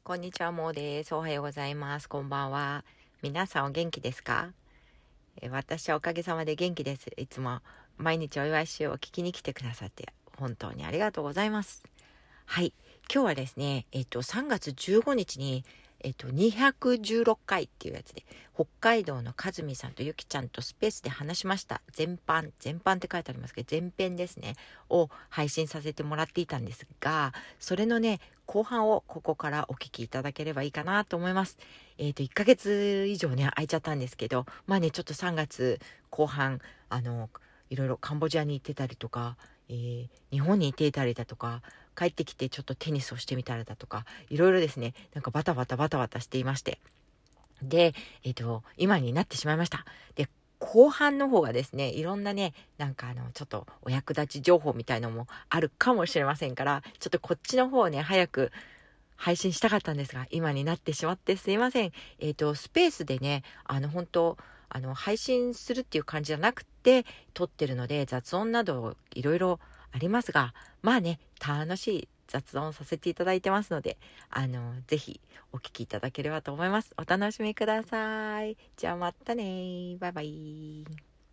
こんにちは、もーです。おはようございます。こんばんは。皆さんお元気ですか？私はおかげさまで元気です。いつも毎日お祝いしを聞きに来てくださって本当にありがとうございます。はい。今日はですね、3月15日に、216回っていうやつで、北海道のかずみさんとゆきちゃんとスペースで話しました。全般って書いてありますけど、前編ですね、を配信させてもらっていたんですが、それのね、後半をここからお聞きいただければいいかなと思います。1ヶ月以上ね、空いちゃったんですけど、まあね、ちょっと3月後半、いろいろカンボジアに行ってたりとか、日本に行っていたりだとか、帰ってきてちょっとテニスをしてみたらだとか、いろいろですね、なんかバタバタしていまして。で、今になってしまいました。で、後半の方がですね、いろんなね、なんかちょっとお役立ち情報みたいのもあるかもしれませんから、ちょっとこっちの方をね、早く配信したかったんですが、今になってしまってすいません。スペースでね、本当配信するっていう感じじゃなくて、撮ってるので、雑音などいろいろありますが、まあね、楽しい雑音させていただいてますので、ぜひお聞きいただければと思います。お楽しみください。じゃあまたね。バイバイ。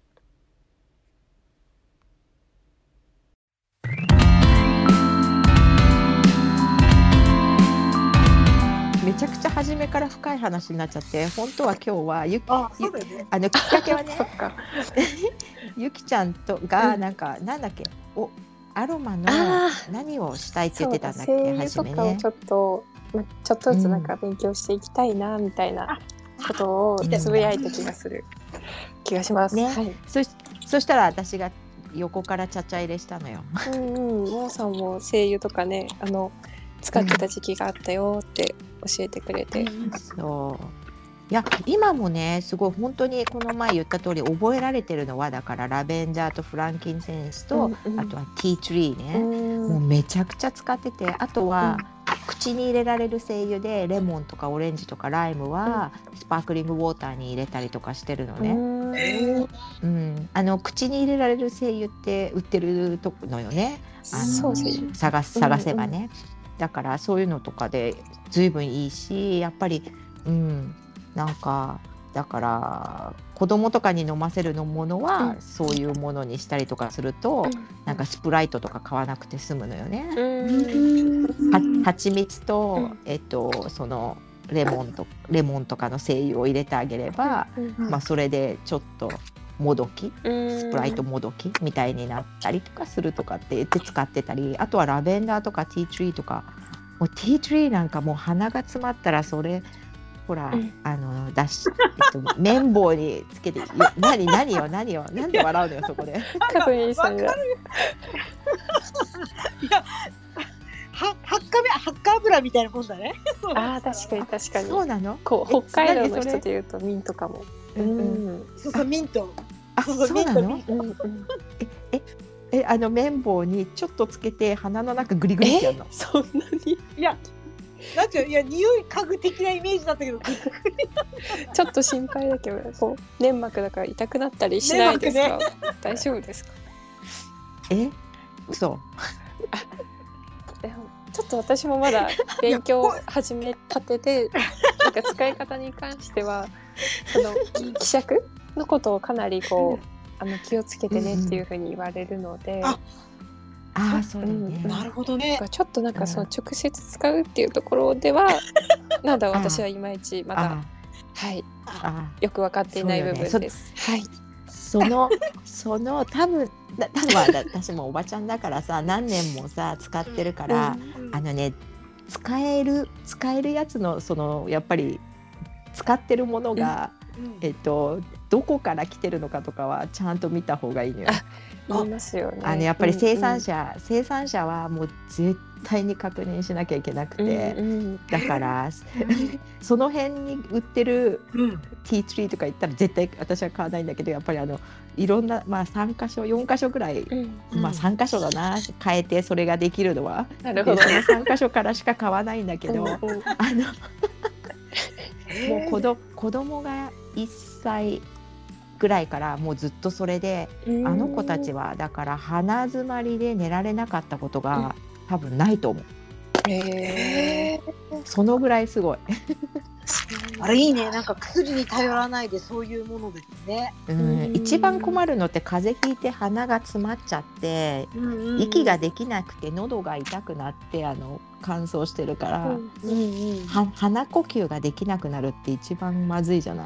めちゃくちゃ初めから深い話になっちゃって、本当は今日はそうだよね。 きっかけはねそっか。 ゆきちゃんとがなんだっけ、アロマの何をしたいって言ってたんだっけ、初めね。 声優とかをちょっとずつなんか勉強していきたいなみたいなことをつぶやいた気がします。 ね、 はい、 そしたら私が横からちゃちゃ入れしたのよ。 もーさんも声優とかね、使ってた時期があったよって教えてくれて、 そういや今もね、すごい本当にこの前言った通り覚えられてるのは、だからラベンダーとフランキンセンスと、あとはティーツリーね、もうめちゃくちゃ使ってて、あとは、口に入れられる精油でレモンとかオレンジとかライムはスパークリングウォーターに入れたりとかしてるのね。口に入れられる精油って売ってるのよね。探せばね。だからそういうのとかで随分いいし、やっぱりなんかだから子供とかに飲ませるものはそういうものにしたりとかすると、なんかスプライトとか買わなくて済むのよね。蜂蜜と、そのレモンとかの精油を入れてあげれば、まあそれでちょっとスプライトもどきみたいになったりとかするとかって言って使ってたり、あとはラベンダーとかティーツリーとか、もうティーツリーなんかもう鼻が詰まったらそれほら、綿棒につけて何よなんで笑うのよそこで。 かずみさんがいや発火油みたいなもんだね。 確かにそうなの。 こう北海道の人でいうとミントかも。 そうミント。 そうなの。綿棒にちょっとつけて鼻の中グリグリってやるの。 そんなに。 匂い嗅ぐ的なイメージだったけどちょっと心配だけど、こう粘膜だから痛くなったりしないですか？大丈夫ですか？ 嘘。 ちょっと私もまだ勉強始めたてでなんか使い方に関してはその希釈のことをかなりこう気をつけてねっていうふうに言われるので、 そうね。 なるほどね。 ちょっとなんかその直接使うっていうところではなんだ私はいまいちまだよく分かっていない部分です。はい。 その多分私もおばちゃんだからさ、何年もさ使ってるから、使えるやつのそのやっぱり使ってるものが、どこから来てるのかとかはちゃんと見た方がいいのよ。 言いますよね。 やっぱり生産者はもう絶対に確認しなきゃいけなくて、だからその辺に売ってるティーツリーとか行ったら絶対私は買わないんだけど、やっぱりいろんな、3箇所4箇所ぐらい、3箇所だな変えてそれができるのは。 なるほど。 その3箇所からしか買わないんだけど、もう子供が1歳ぐらいからもうずっとそれで、あの子たちはだから鼻詰まりで寝られなかったことが多分ないと思う。 そのぐらいすごい。 あれいいね。なんか薬に頼らないでそういうものですね。 一番困るのって風邪ひいて鼻が詰まっちゃって、息ができなくて喉が痛くなって乾燥してるから、鼻呼吸ができなくなるって一番まずいじゃない？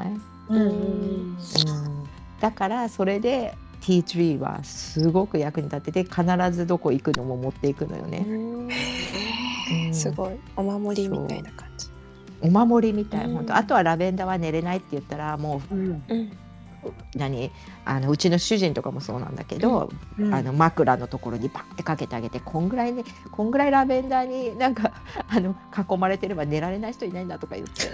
だからそれでティーツリーはすごく役に立ってて、必ずどこ行くのも持っていくのよね。 すごいお守りみたいな感じ。 お守りみたい、本当。あとはラベンダーは寝れないって言ったらもう、うちの主人とかもそうなんだけど、枕のところにバッてかけてあげて、こんぐらいラベンダーになんか囲まれてれば寝られない人いないんだとか言って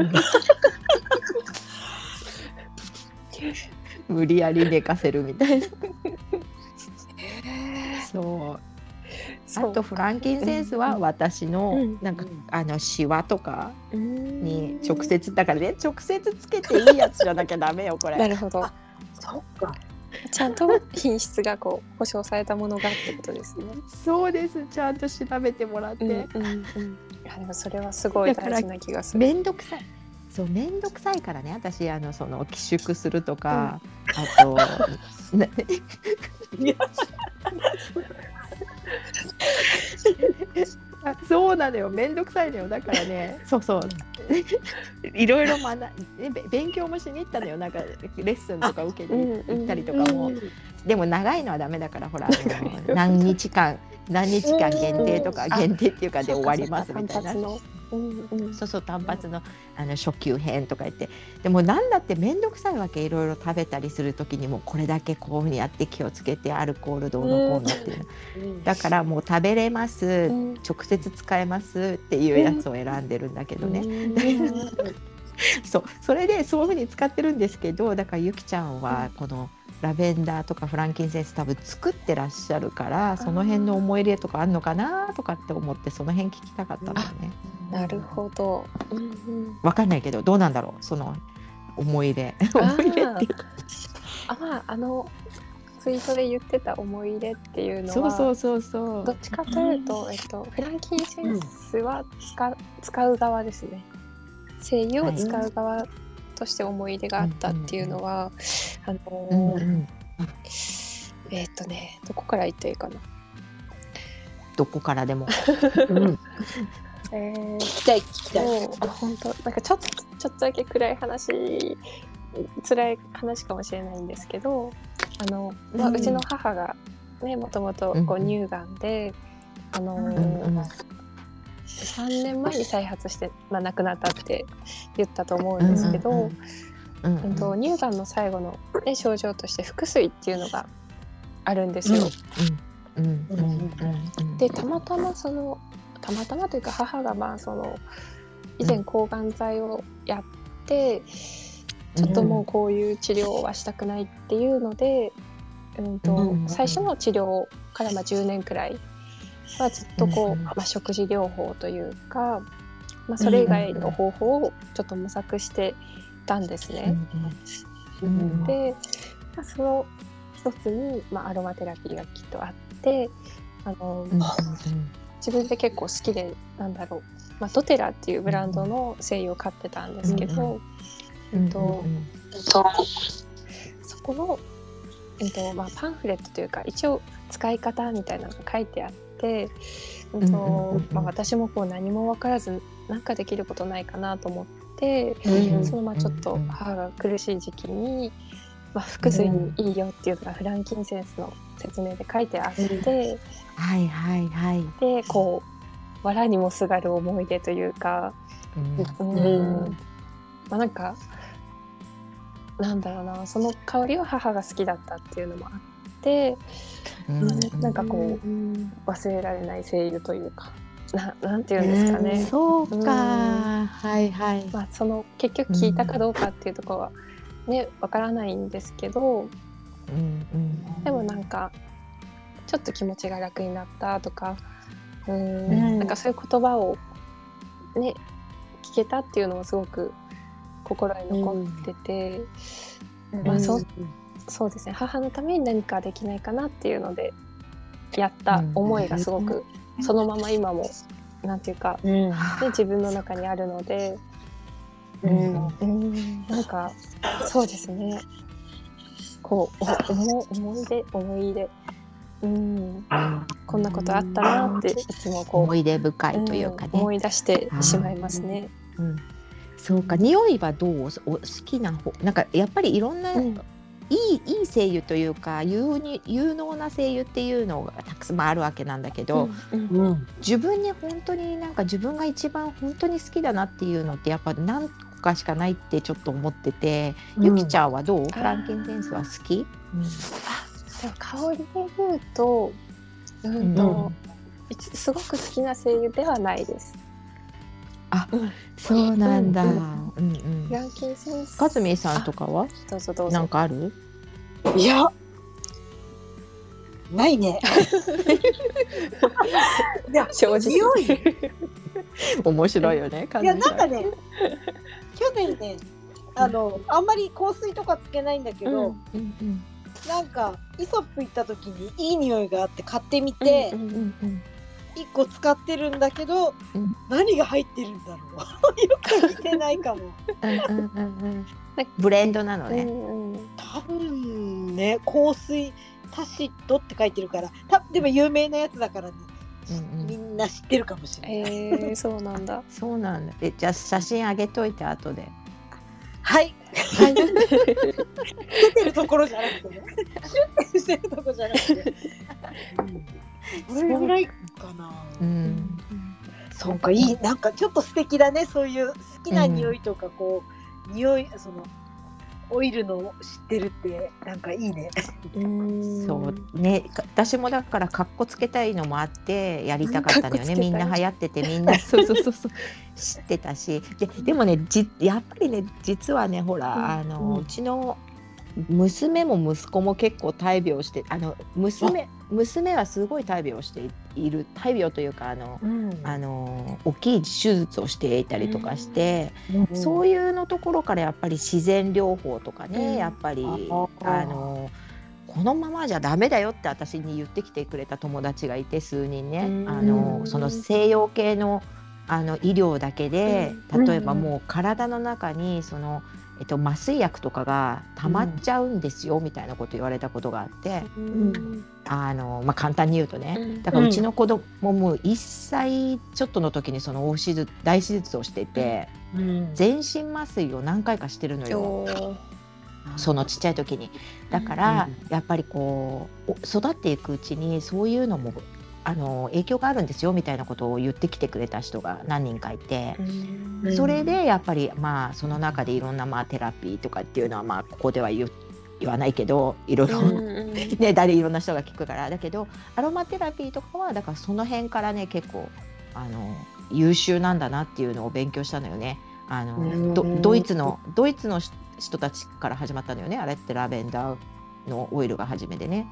無理やり寝かせるみたいなそう。あとフランキンセンスは私のなんかシワとかに直接だからね、直接つけていいやつじゃなきゃダメよこれ。 なるほど。 そっか。 ちゃんと品質がこう保証されたものがってことですね。 そうです。ちゃんと調べてもらって。 でもそれはすごい大事な気がする。 めんどくさい。そうめんどくさいからね。私その寄宿するとか、あとそうなのよ、めんどくさいのよ。だからね、そういろいろ勉強もしに行ったのよ。なんかレッスンとか受けに行ったりとかも、でも長いのはダメだから、ほら何日間限定とか、限定っていうかで終わりますみたいな。単発の初級編とか言って、でもなんだってめんどくさいわけ。いろいろ食べたりする時にもこれだけこういうふうにやって気をつけて、アルコールどうのこうのっていうの、だからもう食べれます、直接使えますっていうやつを選んでるんだけどね。それでそういうふうに使ってるんですけど、だからゆきちゃんはこのラベンダーとかフランキンセンス多分作ってらっしゃるから、その辺の思い入れとかあんのかなとかって思って、その辺聞きたかったんだよね。 なるほど。 わかんないけどどうなんだろう、その思い入れっていうか。 ツイートで言ってた思い入れっていうのは、どっちかというと、フランキンセンスは使う側ですね。精油を使う側として思い入れがあったっていうのは、どこから言っていいかな。 どこからでも。 聞きたい。 本当なんかちょっとだけ辛い話かもしれないんですけど、うちの母がね、もともと乳がんで、3年前に再発して、亡くなったって言ったと思うんですけど、乳がんの最後の、症状として腹水っていうのがあるんですよ。でたまたまというか、母が以前抗がん剤をやって、ちょっともうこういう治療はしたくないっていうので、最初の治療から10年くらいはずっと食事療法というか、それ以外の方法をちょっと模索してたんですね。で、その一つに、アロマテラピーがきっとあって、自分で結構好きで、ドテラっていうブランドの精油を買ってたんですけど、そこの、パンフレットというか、一応使い方みたいなのが書いてあって、私も何も分からず、なんかできることないかなと思って、そのちょっと母が苦しい時期に、腹水にいいよっていうのがフランキンセンスの説明で書いてあって、で藁にもすがる思い出というか、その香りは母が好きだったっていうのもあって、忘れられない精油というか、なんていうんですかね。 そうか、 その結局効いたかどうかっていうところはね、わからないんですけど、でもちょっと気持ちが楽になったとか、そういう言葉をね聞けたっていうのもすごく心に残ってて、そうですね、母のために何かできないかなっていうのでやった思いがすごくそのまま今もなんていうか、 うんね、自分の中にあるので、なんかそうですね。こう思い出、こんなことあったなっていつもこう思い出深いというかね、 思い出してしまいますね。 そうか。匂いはどう？好きな方、なんかやっぱりいろんな、いい声優というか有能な声優っていうのがたくさんあるわけなんだけど、自分に本当になんか自分が一番本当に好きだなっていうのってやっぱ何個かしかないってちょっと思ってて、ゆきちゃんはどう？フランケンセンスは好き？ でも香りで言うと、すごく好きな声優ではないです。 そうなんだ。 フランケンセンス。 かずみさんとかはどうぞ。 なんかある？ いや、ないね。いや、 正直。 匂い。 面白いよね。 いや、なんかね、去年ね、あんまり香水とかつけないんだけど、なんかイソップ行った時にいい匂いがあって買ってみて、1個使ってるんだけど、何が入ってるんだろう。よく見てないかも。 ブレンドなのね。 多分ね、香水タシッドって書いてるから、でも有名なやつだからね、みんな知ってるかもしれない。 そうなんだ。 そうなんだ。じゃあ写真あげといて後で。 はい。出てるところじゃなくてね。シュッてしてるところじゃなくて。それぐらいかな。そうか、いい、なんかちょっと素敵だね。そういう好きな匂いとか、こう匂い、そのオイルの知ってるってなんかいいね。 そうね。私もだからカッコつけたいのもあってやりたかったのよね。みんな流行っててみんなそう知ってたし、でもね、やっぱりね、実はね、ほらうちの娘も息子も結構大病して、娘はすごい大病している。大病というか大きい手術をしていたりとかして、そういうのところからやっぱり自然療法とかね、やっぱりこのままじゃダメだよって私に言ってきてくれた友達がいて、数人ね、その西洋系の医療だけで、例えばもう体の中にその麻酔薬とかが溜まっちゃうんですよみたいなこと言われたことがあって、簡単に言うとね、だからうちの子供も1歳ちょっとの時にその大手術をしてて、全身麻酔を何回かしてるのよ、そのちっちゃい時に。だからやっぱりこう育っていくうちにそういうのも影響があるんですよみたいなことを言ってきてくれた人が何人かいて、それでやっぱりその中でいろんなテラピーとかっていうのはここでは言わないけど、いろいろね、いろんな人が聞くから。だけどアロマテラピーとかはだからその辺からね、結構優秀なんだなっていうのを勉強したのよね。ドイツの人たちから始まったのよね、あれって。ラベンダーのオイルが初めでね。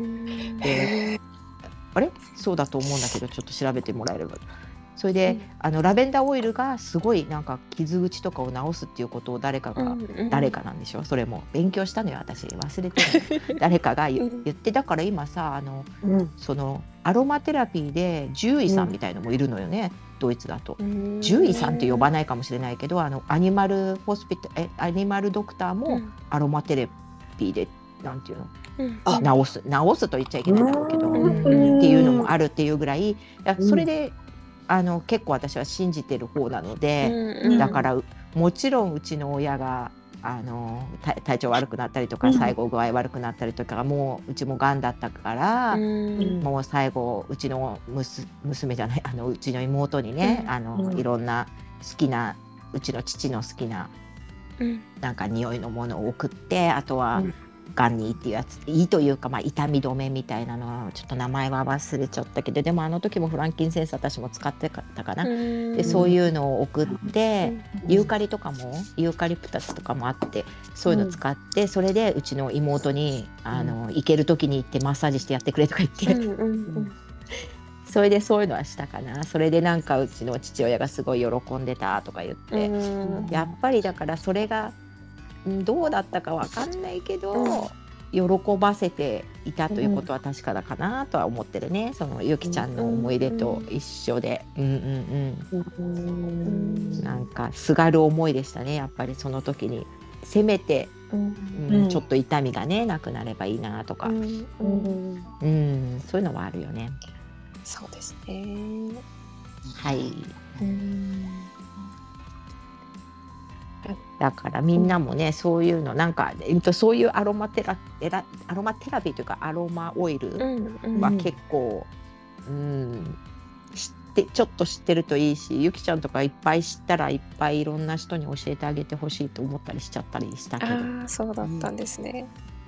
あれそうだと思うんだけど、ちょっと調べてもらえれば。それで、ラベンダーオイルがすごいなんか傷口とかを治すっていうことを誰かなんでしょ、それも勉強したのよ、私忘れてる誰かが言って。だから今さそのアロマテラピーで獣医さんみたいのもいるのよね、ドイツだと。獣医さんって呼ばないかもしれないけど、アニマルドクターもアロマテラピーでなんていうの、治すと言っちゃいけないんだろうけど、っていうのもあるっていうぐらい、それで結構私は信じてる方なので、だからもちろんうちの親が体調悪くなったりとか、最後具合悪くなったりとか、もううちもがんだったから、もう最後うちの娘じゃない、うちの妹にね、いろんな好きな、うちの父の好きななんか匂いのものを送って、あとはがんにいいっていうやつ、いいというか、痛み止めみたいなのはちょっと名前は忘れちゃったけど、でも時もフランキンセンス私も使ってたかな。でそういうのを送って、ユーカリとかもユーカリプタスとかもあって、そういうの使って、それでうちの妹に行ける時に行ってマッサージしてやってくれとか言って、それでそういうのはしたかな。それでなんかうちの父親がすごい喜んでたとか言って、やっぱりだからそれがどうだったかわかんないけど、 喜ばせていたということは確かだかなとは思ってるね。そのゆきちゃんの思い出と一緒で、なんかすがる思いでしたね。やっぱりその時にせめて、ちょっと痛みがねなくなればいいなとか、そういうのはあるよね。 そうですね。 はい。だからみんなもね、そういうのなんか、そういうアロマテラピーというかアロマオイルは結構、ちょっと知ってるといいし、ゆきちゃんとかいっぱい知ったらいっぱいいろんな人に教えてあげてほしいと思ったりしちゃったりしたけど。 ああ、そうだったんですね。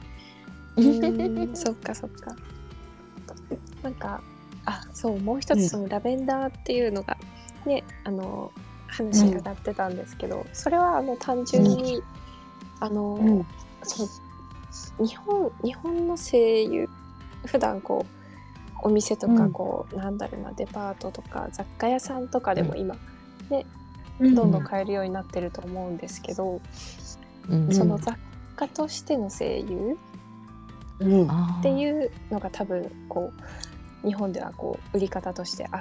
そっかそっか。なんかそうもう一つそのラベンダーっていうのがね、話が上がってたんですけど、それは単純に、そう日本の精油、普段こうお店とかこう、なんだろうな、デパートとか雑貨屋さんとかでも今、ね、どんどん買えるようになってると思うんですけど、その雑貨としての精油っていうのが多分こう日本ではこう売り方としてあって、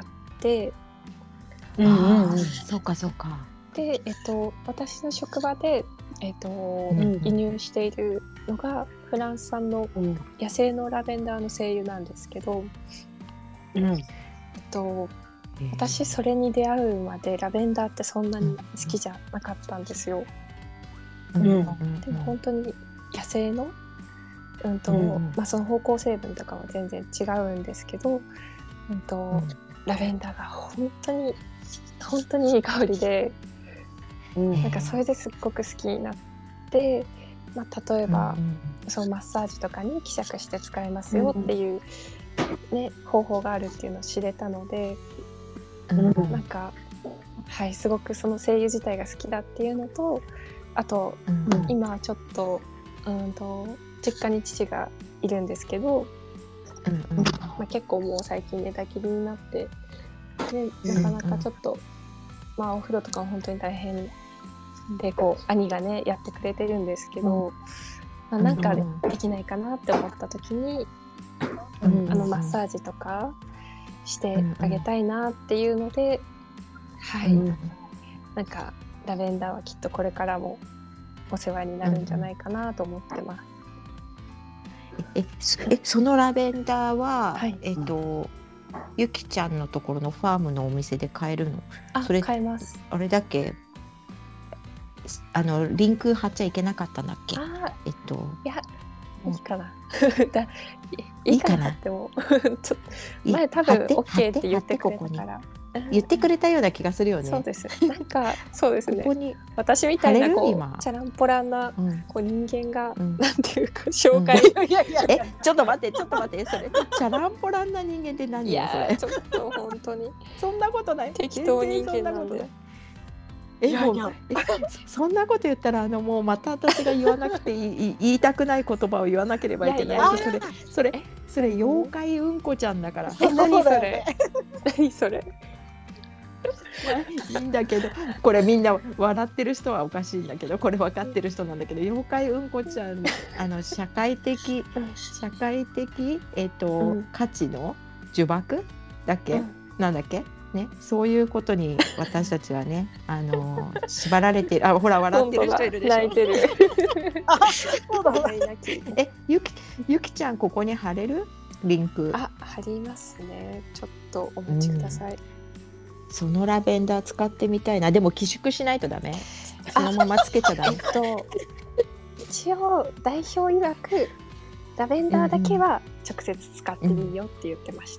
そうかそうか。 で、私の職場で、輸入しているのがフランス産の野生のラベンダーの精油なんですけど、私それに出会うまでラベンダーってそんなに好きじゃなかったんですよ。でも本当に野生の、その芳香成分とかは全然違うんですけど、ラベンダーが本当にいい香りで、なんかそれですっごく好きになって、例えば、そのマッサージとかに希釈して使えますよっていう、方法があるっていうのを知れたので、なんか、すごくその精油自体が好きだっていうのと、あと、今ちょっと、実家に父がいるんですけど、結構もう最近寝たきりになって、でなかなかちょっと、お風呂とかも本当に大変で、こう兄がねやってくれてるんですけど、なんかできないかなって思った時に、マッサージとかしてあげたいなっていうので、なんかラベンダーはきっとこれからもお世話になるんじゃないかなと思ってます。 そのラベンダーは、ゆきちゃんのところのファームのお店で買えるの？それ買えます。 あれだっけ、リンク貼っちゃいけなかったんだっけ？いや、いいかな。いいかなってもちょっと前多分 OK って言ってくれたから言ってくれたような気がするよね。 そうです。なんかそうですね。 ここに私みたいなこうチャランポランなこう人間が、なんていうか紹介、 ちょっと待って、それチャランポランな人間って何よそれ。 ちょっと本当にそんなことない。 適当人間なんで。 そんなこと言ったらもうまた私が言わなくて言いたくない言葉を言わなければいけない。それ妖怪うんこちゃんだから。 何それ。何それ。 いいんだけど、これみんな笑ってる人はおかしいんだけど、これ分かってる人なんだけど、妖怪うんこちゃん社会的価値の呪縛だっけ、なんだっけね、そういうことに私たちはね縛られてる。ほら笑ってる人いるでしょ。 泣いてる。 ゆきちゃんここに貼れるリンク。 貼りますね。ちょっとお待ちください。 そのラベンダー使ってみたいな。でも寄宿しないとダメ。そのままつけちゃダメ。 一応代表曰くラベンダーだけは直接使っていいよって言ってました。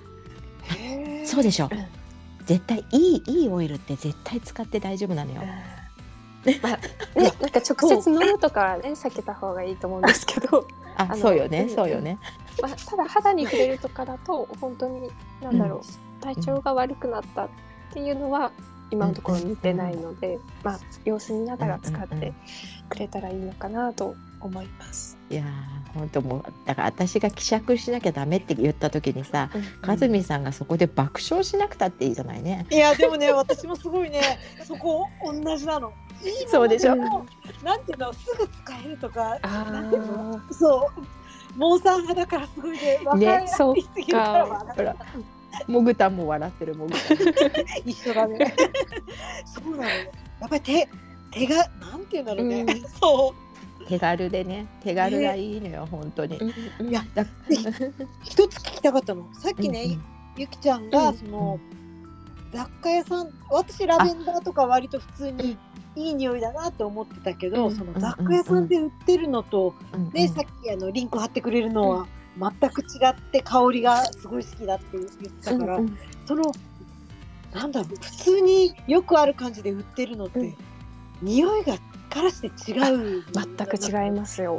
そうでしょ。絶対いいオイルって絶対使って大丈夫なのよ。 なんか直接飲むとかね避けた方がいいと思うんですけど。 そうよね、そうよね。 ただ肌に触れるとかだと本当に体調が悪くなったっていうのは今のところ似てないので、様子見ながら使ってくれたらいいのかなと思います。 いや本当もうだから私が希釈しなきゃダメって言った時にさ、かずみさんがそこで爆笑しなくたっていいじゃないね。 いやでもね私もすごいねそこ同じなの。 そうでしょ。 なんていうのすぐ使えるとかなんていうのそうモーさん派だからすごいね、若いね、そうすぎるから笑ほらもぐたんも笑ってるもぐたん一緒だねそうなのよ、やっぱり手がなんていうんだろうね、 うんそう手軽でね、手軽がいいのよ、本当に。 うんいやだ一つ聞きたかったの、さっきね、 うんゆきちゃんがうんその、雑貨屋さん、私ラベンダーとか割と普通にいい匂いだなって思ってたけど、 うんその雑貨屋さんで売ってるのと、ね、さっきリンク貼ってくれるのは全く違って香りがすごい好きだって言ってたから、そのなんだろう、普通によくある感じで売ってるのって、匂いがからして違う。 全く違いますよ。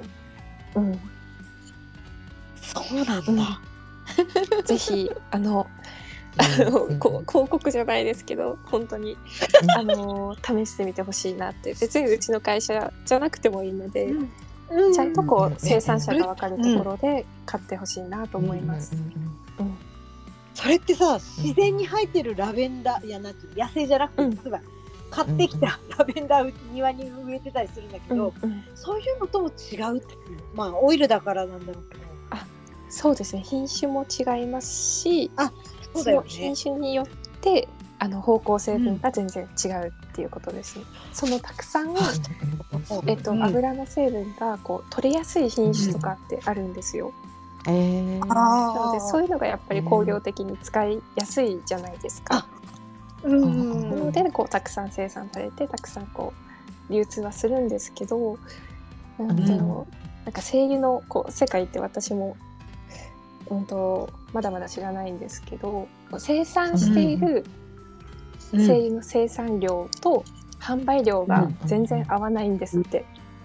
そうなんだ。 ぜひ広告じゃないですけど本当に試してみてほしいなって。別にうちの会社じゃなくてもいいので、ちゃんとこう生産者が分かるところで買ってほしいなと思います。 それってさ、自然に生えてるラベンダー、いやなんていう野生じゃなくて、例えば買ってきたラベンダー庭に植えてたりするんだけど、そういうのとも違うって、まあオイルだからなんだろうけど。 そうですね、品種も違いますし、 そうだよね、 その品種によって芳香成分が全然違うっていうことですね。そのたくさん、油の成分がこう取れやすい品種とかってあるんですよ。なのでそういうのがやっぱり工業的に使いやすいじゃないですか。なのでこうたくさん生産されてたくさんこう流通はするんですけど、なんか精油のこう世界って私もまだまだ知らないんですけど、生産している精油の生産量と販売量が全然合わないんですって。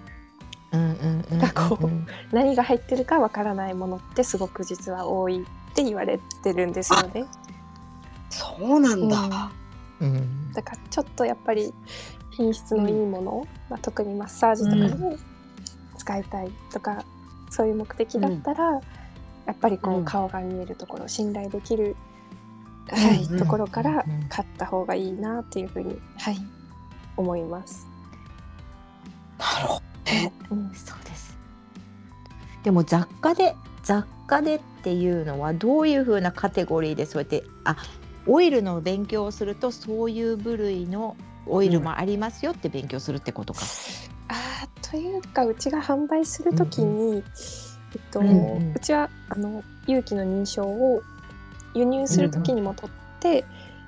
何が入ってるかわからないものってすごく実は多いって言われてるんですよね。 そうなんだ。 だからちょっとやっぱり品質のいいもの、特にマッサージとかに使いたいとか、そういう目的だったら、やっぱりこう顔が見えるところ、信頼できる、ところから買った方がいいなっていうふうに、思います。 なるほどね。 そうです。でも雑貨でっていうのはどういう風なカテゴリーでそうやってオイルの勉強をするとそういう部類のオイルもありますよって勉強するってことか。 というかうちが販売するときに、うちは有機の認証を輸入するときにも取って、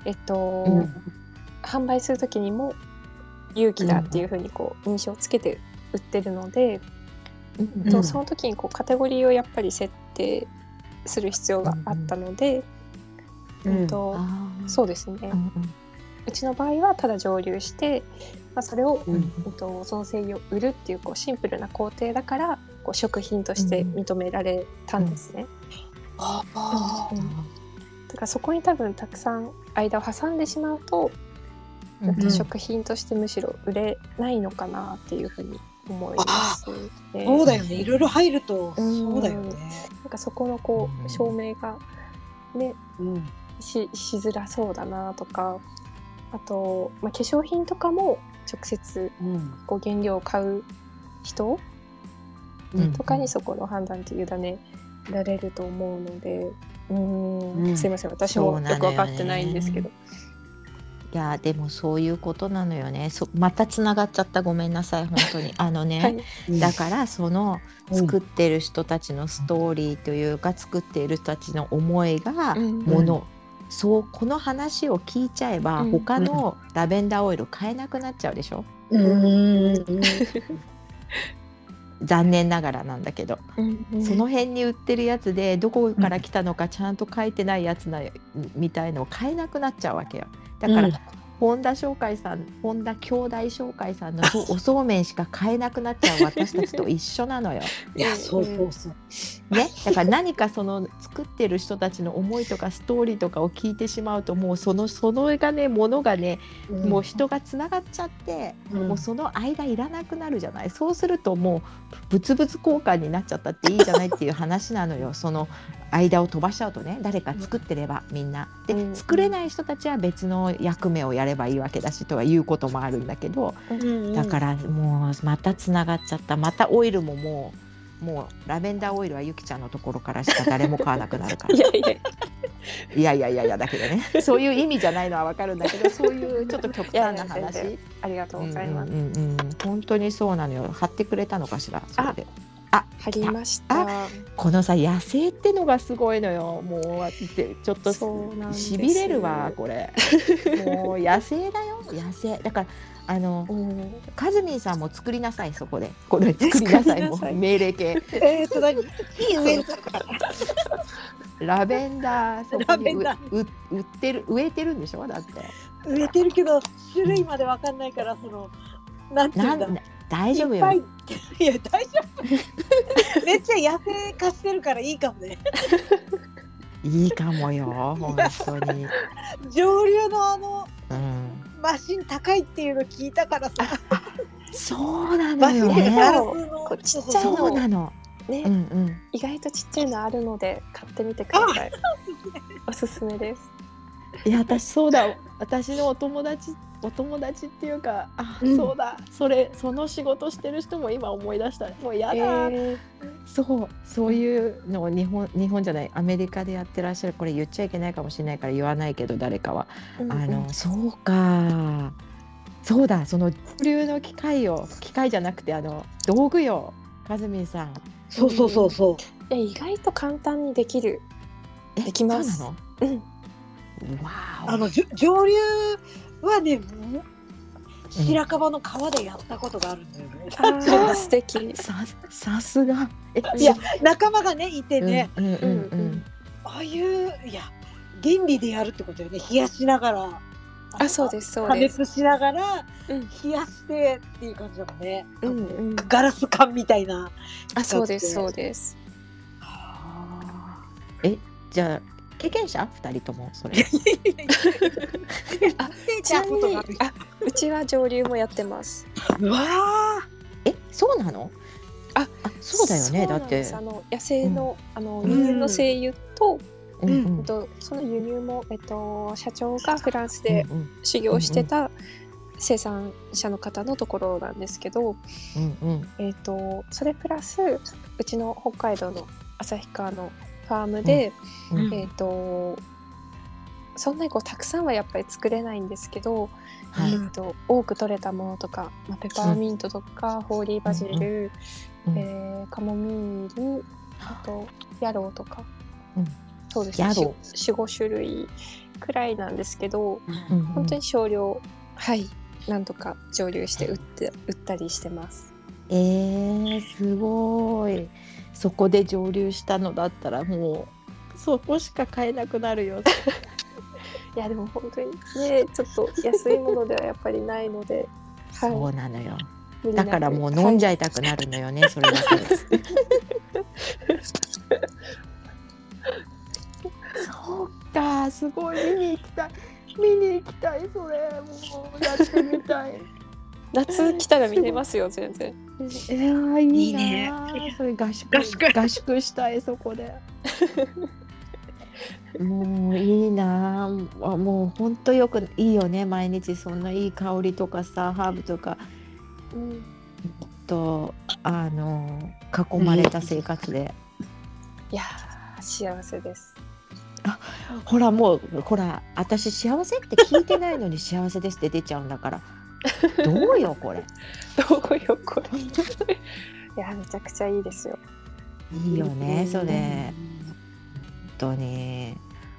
販売するときにも有機だっていうふうにこう認証をつけて売ってるので、その時にこうカテゴリーをやっぱり設定する必要があったので、そうですね、うちの場合はただ蒸留して、それを、その精油を売るっていうこうシンプルな工程だからこう食品として認められたんですね。だからそこに多分たくさん間を挟んでしまうと、食品としてむしろ売れないのかなっていうふうに思いますね。 そうだよね、いろいろ入るとそうだよね。 なんかそこのこう証明がね、しづらそうだなとか、あと、化粧品とかも直接こう原料を買う人とかにそこの判断って委ねられると思うので、すいません、私もよく分かってないんですけど。 いやでもそういうことなのよね。またつながっちゃった、ごめんなさい本当にだからその作ってる人たちのストーリーというか、作っている人たちの思いがこの話を聞いちゃえば、他のラベンダーオイル買えなくなっちゃうでしょ。残念ながらなんだけど、その辺に売ってるやつでどこから来たのかちゃんと書いてないやつみたいのを買えなくなっちゃうわけよ。だから、本田兄弟紹介さんのおそうめんしか買えなくなっちゃう私たちと一緒なのよ。 いやそうね、 だから何かその作ってる人たちの思いとかストーリーとかを聞いてしまうと、もうそれがね、ものがね、もう人がつながっちゃって、もうその間いらなくなるじゃない。そうするともう物々交換になっちゃったっていいじゃないっていう話なのよ。その間を飛ばしちゃうとね、誰か作ってればみんなで、作れない人たちは別の役目をやればいいわけだしとはいうこともあるんだけど、だからもうまたつながっちゃった。またオイルもももうラベンダーオイルはゆきちゃんのところからしか誰も買わなくなるからいやいやいやだけどねそういう意味じゃないのはわかるんだけど、そういうちょっと極端な話。 ありがとうございます。 本当にそうなのよ。貼ってくれたのかしら、それで。 貼りました。 このさ野生ってのがすごいのよ。もうちょっとしびれるわこれ。もう野生だよ、野生だから。カズミンさんも作りなさい、そこでこれ作りなさい、もう命令系。 何木植えるからラベンダーそこに植えてるんでしょ。だって植えてるけど種類までわかんないから、そのなんていうんだ、 大丈夫よ。 いや大丈夫めっちゃ野生化してるからいいかもね。 いいかもよ本当に。 上流のマシン高いっていうの聞いたからさ。 そうなのよね。 ちっちゃいのそうなのね、意外とちっちゃいのあるので買ってみてください。おすすめです。 いや私そうだ、私のお友達っていうか、そうだ、その仕事してる人も今思い出した。もうやだ、そういうのを日本じゃないアメリカでやってらっしゃる。これ言っちゃいけないかもしれないから言わないけど、誰かはそうか、そうだ、その流の機械じゃなくて道具よ、カズミンさん。 そう意外と簡単にできます。 そうなの？ 上流はね、白樺の皮でやったことがあるんだよね。 素敵。 さすが。 いや仲間がねいてね、ああいう原理でやるってことよね。冷やしながら。 そうです。 加熱しながら冷やしてっていう感じだもんね。ガラス管みたいな。 そうです。 じゃあ経験者2人ともそれ。 ちなみにうちは上流もやってます。 そうなの？そうだよね。だって野生の輸入の精油と、その輸入も社長がフランスで修行してた生産者の方のところなんですけど、それプラスうちの北海道の旭川のファームで、そんなにたくさんはやっぱり作れないんですけど、多く取れたものとか、ペパーミントとか、ホーリーバジル、カモミール、あとヤロウとか、そうですね、4,5 種類くらいなんですけど、本当に少量、なんとか蒸留して売ったりしてます。 すごい。そこで蒸留したのだったらもうそこしか買えなくなるよ。 いやでも本当にね、ちょっと安いものではやっぱりないので、 そうなのよ。だからもう飲んじゃいたくなるのよね、それだけです。そうか、すごい見に行きたいそれ、もうやってみたい。 夏来たら見れますよ、全然。 いいね。それ合宿したい、そこで。もういいな。もう本当いいよね。毎日そんないい香りとかさ、ハーブとか、囲まれた生活で。 いや幸せです。 ほら私幸せって聞いてないのに幸せですって出ちゃうんだから。どうよこれ。いやめちゃくちゃいいですよ。 いいよね、それ。本当に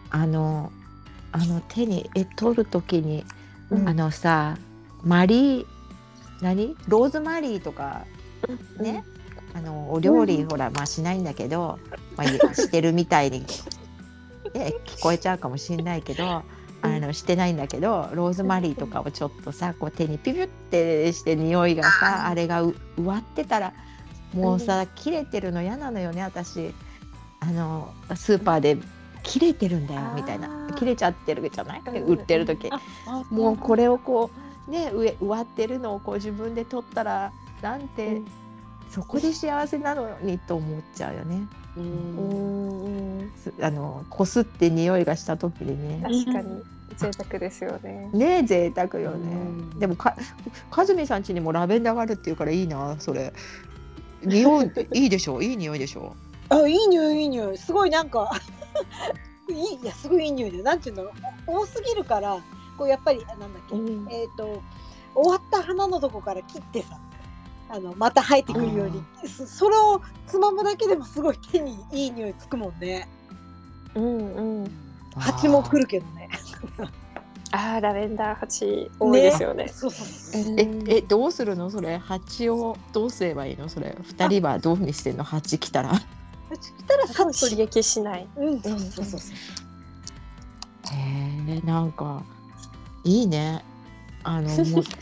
手に取るときに、さ、ローズマリーとかね、お料理ほらしないんだけど、してるみたいに、聞こえちゃうかもしれないけど、してないんだけど、ローズマリーとかをちょっとさ、手にピュってして匂いがさ、あれが植わってたらもうさ、切れてるの嫌なのよね、私。スーパーで切れてるんだよみたいな、切れちゃってるじゃない、売ってる時。もうこれを植わってるのを自分で取ったらなんて、そこで幸せなのにと思っちゃうよね。こすって匂いがした時にね。 確かに贅沢ですよね。 贅沢よね。でもかずみさん家にもラベンダーがあるっていうからいいな、それ。 匂いいいでしょ、いい匂いでしょ。 いい匂いいい匂い、すごいなんかいやすごいいい匂いで、なんていうの、多すぎるからこうやっぱりなんだっけ、終わった花のとこから切ってさ、また生えてくるように、それをつまむだけでもすごい手にいい匂いつくもんね。蜂も来るけどね。 ラベンダー蜂多いですよね。 そうそうそう。 どうするのそれ、蜂をどうすればいいのそれ、2人はどうにしてんの、蜂来たら。 蜂来たらさっと刺激しない。 そうそう。 なんかいいね。もう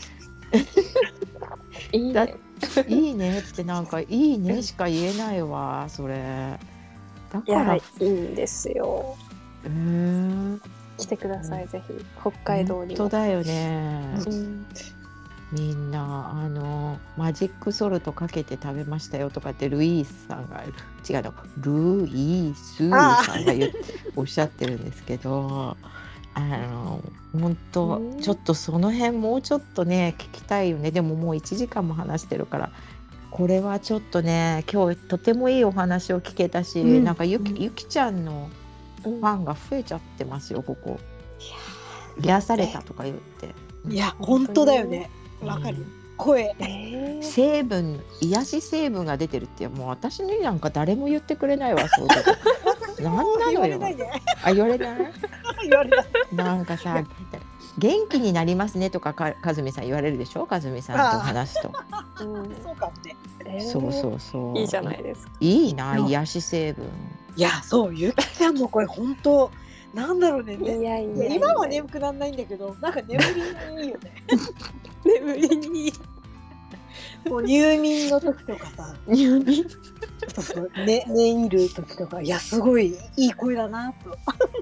いいね。 いいねってなんかいいねしか言えないわそれ。だからいいんですよ。来てください、ぜひ北海道にも。 本当だよね。みんなマジックソルトかけて食べましたよとかってルイースさんが違うのルイースさんがおっしゃってるんですけど、本当ちょっとその辺もうちょっとね聞きたいよね。でももう1時間も話してるから、これはちょっとね今日とてもいいお話を聞けたし、なんかゆきちゃんのファンが増えちゃってますよここ。癒されたとか言って。 いや本当だよね。わかる。声。 成分、癒し成分が出てるって、もう私になんか誰も言ってくれないわそういうこと。なんなのよ。言われない。言われない。なんかさ、元気になりますねとかかずみさん言われるでしょ。かずみさんと話すと。 そうかもね。 そう。 いいじゃないですか。 いいな、癒し成分。 いやそうゆきちゃんの声本当なんだろうね。 いや今は眠くならないんだけど、なんか眠りにいいよね。 眠りにいい。 もう入眠の時とかさ。 入眠。 そう寝入る時とか、いやすごいいい声だなと。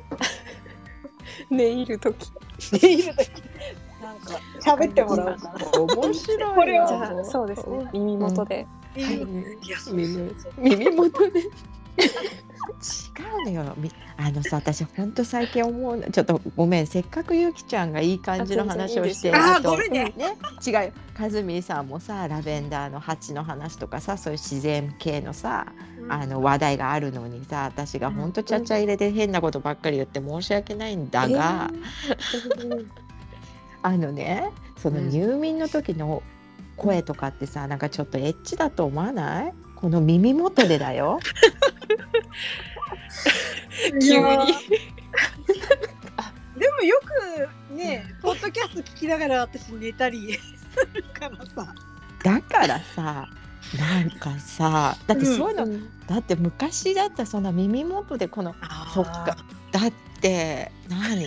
寝入る時。 なんか喋ってもらおうかな。 面白い。 これをじゃあそうですね。耳元で。 耳元で。違うのよ。さ私ほんと最近思うの、ちょっとごめん、せっかくゆきちゃんがいい感じの話をして、 ごめんね。 違うよ、かずみさんもさラベンダーの蜂の話とかさ、そういう自然系のさ、話題があるのにさ、私がほんとちゃちゃ入れで変なことばっかり言って申し訳ないんだが、その入眠の時の声とかってさ、なんかちょっとエッチだと思わない？この耳元でだよ。 急に。 でもよくね、ポッドキャスト聞きながら私寝たりするからさ。 だからさ、なんかさ、だってそういうの、だって昔だったらそんな耳元でこの、そっか、だって何？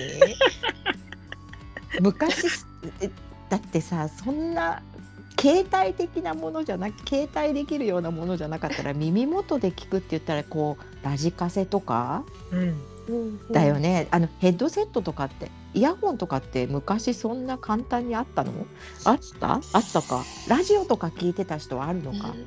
昔だってさ、そんな携帯的なものじゃなく、携帯できるようなものじゃなかったら耳元で聞くって言ったらこうラジカセとか、だよね。ヘッドセットとかってイヤホンとかって昔そんな簡単にあったの？あったか。ラジオとか聞いてた人はあるのか。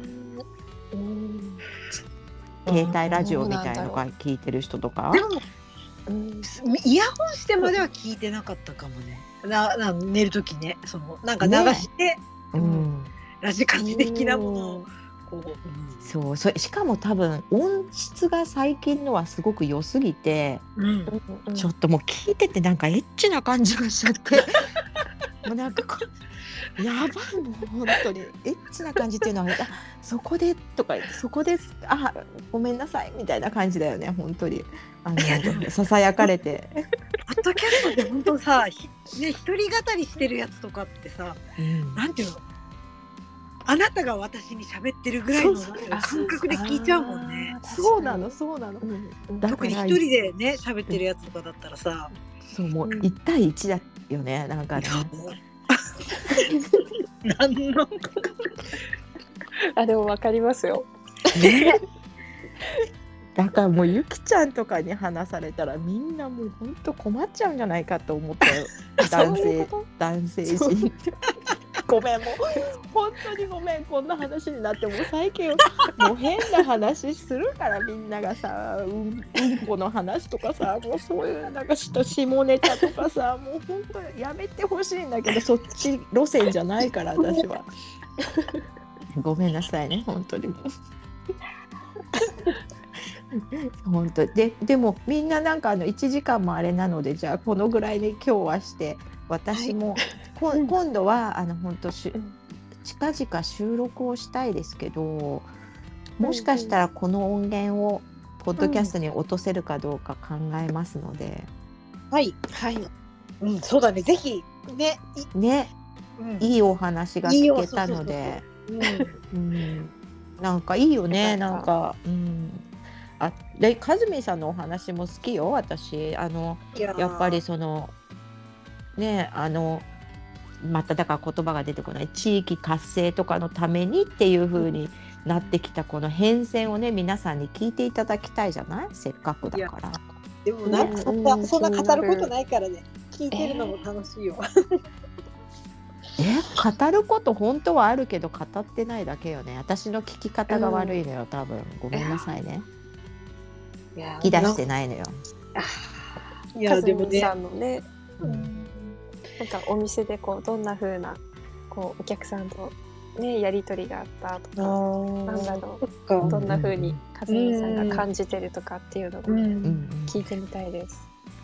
携帯ラジオみたいなのが聞いてる人とか。 イヤホンしてまでは聞いてなかったかもね。寝る時ね、そのなんか流して、ラジカセ的なものをそう、しかも多分音質が最近のはすごく良すぎて、ちょっともう聞いててなんかエッチな感じがしちゃってもうなんかやばい、もう本当にエッチな感じっていうのはそこでとかそこでごめんなさいみたいな感じだよね本当に。ささやかれてポッドキャストで本当さ、ね、一人語りしてるやつとかってさ、なんていうの、あなたが私に喋ってるぐらいの感覚で聞いちゃうもんね。 そうなの。 特に一人でね喋ってるやつとかだったらさ、 そうもう1対1だよね、なんかね。 なんのでもわかりますよ。 ね。 だからもうゆきちゃんとかに話されたらみんなもう本当困っちゃうんじゃないかと思ったよ。男性陣。ごめん、もう本当にごめん、こんな話になっても最近もう変な話するからみんながさ、うんこの話とかさ、もうそういうなんか下ネタとかさ、もう本当にやめてほしいんだけど、そっち路線じゃないから私は。 ごめんなさいね本当に本当でもみんななんか1時間もあれなので、じゃあこのぐらいで今日はして、私も、今度は本当近々収録をしたいですけど、もしかしたらこの音源をポッドキャストに落とせるかどうか考えますので、 はいはい、そうだね、ぜひね、 いいお話が聞けたので、なんかいいよね、なんか、でかずみんさんのお話も好きよ私。やっぱりそのね、まただから言葉が出てこない、地域活性とかのためにっていう風になってきたこの変遷をね、皆さんに聞いていただきたいじゃない、せっかくだから。 でもなんかそんな語ることないからね、聞いてるのも楽しいよ。 語ること本当はあるけど語ってないだけよね。私の聞き方が悪いのよ、多分。ごめんなさいね。聞き出してないのよ。 いやでもね、さんのね、なんかお店でこうどんな風なこうお客さんとねやり取りがあったとか、なんだろう、どんな風にかずみさんが感じてるとかっていうのを聞いてみたいです。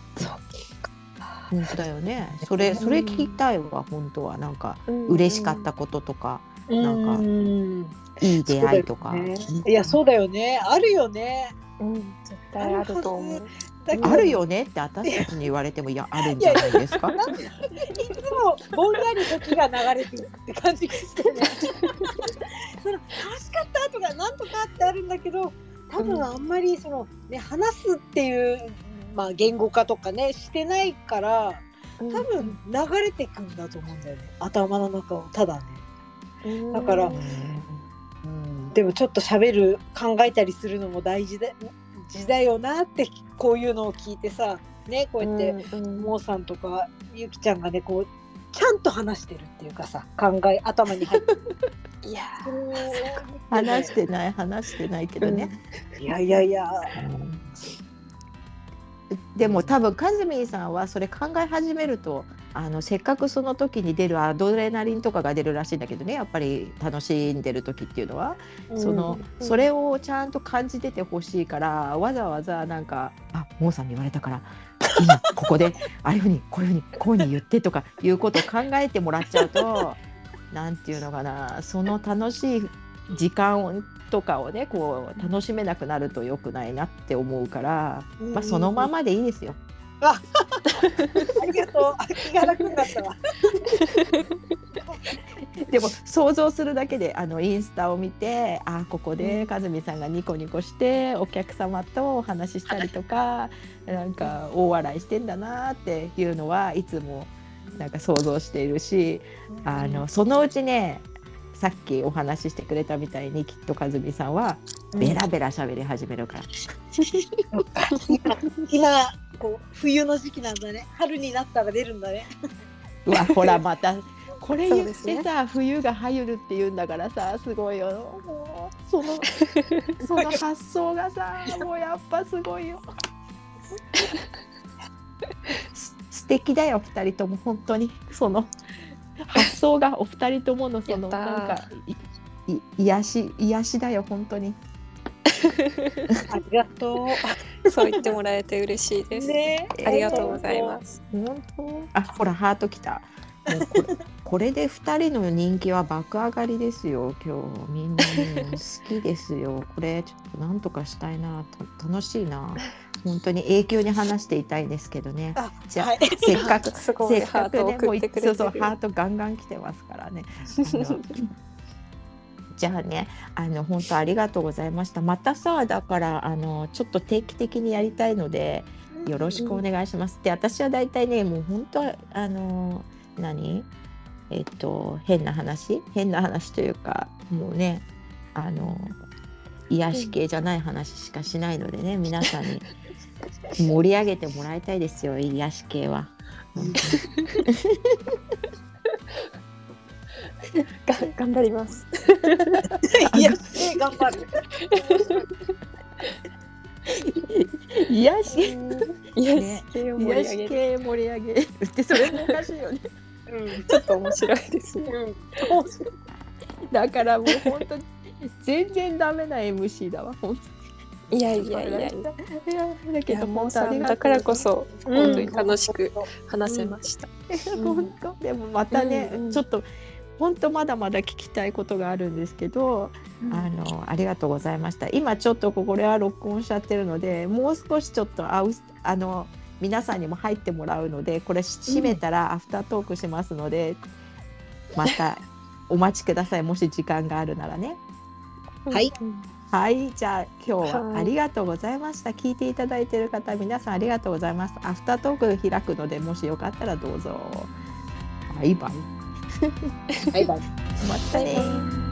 本当だよね。それ聞きたいわ本当は。なんか嬉しかったこととか、なんかいい出会いとか。 いやそうだよね、あるよね。 絶対あると思う。 あるよねって私たちに言われても、いやあるんじゃないですか。いつもぼんやり時が流れてるって感じがしてね。その楽しかったとかなんとかってあるんだけど、多分あんまりそのね話すっていう言語化とかねしてないから、多分流れてくんだと思うんだよね、頭の中を。ただね、だから。でもちょっと喋る、考えたりするのも大事だよなって、こういうのを聞いてさね、こうやってもーさんとかゆきちゃんがねこうちゃんと話してるっていうかさ、頭に入ってる。いや話してないけどね、 いや、 でも多分かずみんさんはそれ考え始めると、せっかくその時に出るアドレナリンとかが出るらしいんだけどね、やっぱり楽しんでる時っていうのは、それをちゃんと感じててほしいから、わざわざなんかもーさんに言われたから今ここでああいうふうにこういうふうに言ってとかいうことを考えてもらっちゃうとなんていうのかな、その楽しい時間とかをねこう楽しめなくなると良くないなって思うから、そのままでいいですよ。 ありがとう。気が楽になったわ。 でも想像するだけでインスタを見て、ここでかずみさんがニコニコしてお客様とお話ししたりとか、なんか大笑いしてんだなっていうのはいつもなんか想像しているし、そのうちね、さっきお話ししてくれたみたいにきっとかずみさんはベラベラ喋り始めるから。 今こう冬の時期なんだね。春になったら出るんだね。 うわほらまたこれ言ってさ、冬が入るって言うんだからさ、すごいよ。もうその発想がさ、もうやっぱすごいよ。素敵だよ2人とも本当に。その発想がお二人とものそのなんか癒しだよ本当に。 ありがとう。そう言ってもらえて嬉しいです。ね、ありがとうございます。 本当。ほらハートきた。これで2人の人気は爆上がりですよ。今日みんなね好きですよ。これちょっとなんとかしたいな、楽しいな。本当に永久に話していたいですけどね。じゃあ、せっかくね、もうそうハートガンガン来てますからね。じゃあね、本当ありがとうございました。またさ、だからちょっと定期的にやりたいのでよろしくお願いします。で、私はだいたいね、もう本当変な話というか、もうね癒し系じゃない話しかしないのでね、皆さんに盛り上げてもらいたいですよ、癒し系は。 頑張ります。 癒し系頑張る。 癒し系を盛り上げるって、それもおかしいよね。 ちょっと面白いですね。 だからもう本当全然ダメな MC だわ本当に。 いやいやいやいや。 だけどもうさだからこそ本当に楽しく話せました。 本当でもまたね、ちょっと本当まだまだ聞きたいことがあるんですけど、ありがとうございました。今ちょっとこれは録音しちゃってるので、もう少しちょっと皆さんにも入ってもらうので、これ閉めたらアフタートークしますので、またお待ちください。もし時間があるならね。 はいはい、じゃあ今日はありがとうございました。聞いていただいている方、皆さんありがとうございます。アフタートーク開くので、もしよかったらどうぞ。バイバイ。 バイバイ。 またね。